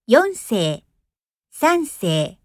4世、3世、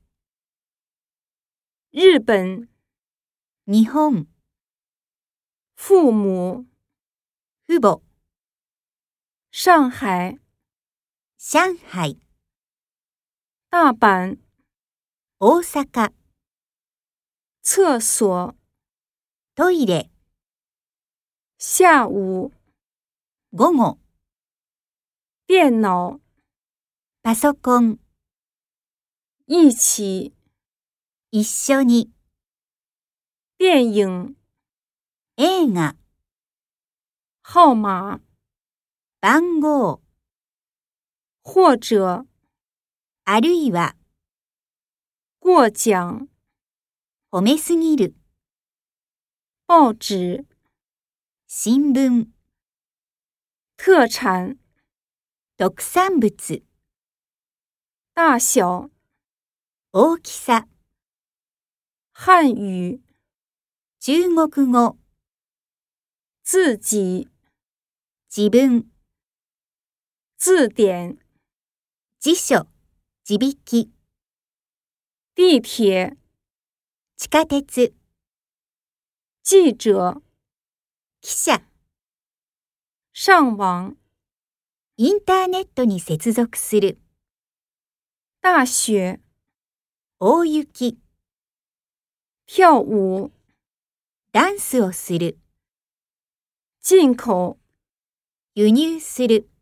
日本、 日本、 父母、 父母、 上海、 上海、 大阪、 大阪、 厕所、 トイレ、 下午、 午後、 电脑、 パソコン、 一起、 一緒に、 电影、 映画、 号码、 番号、 或者、 あるいは、 过奖、 褒めすぎる、 报纸、 新聞、 特产、 特産物、 大小、 大きさ、 汉语、 中国語、 自己、 自分、 字典、 辞書、字引き、 地铁、 地下鉄、 记者、 記者、 上網、 インターネットに接続する、 大雪、 大雪、 跳舞、 ダンスをする、 进口、 輸入する。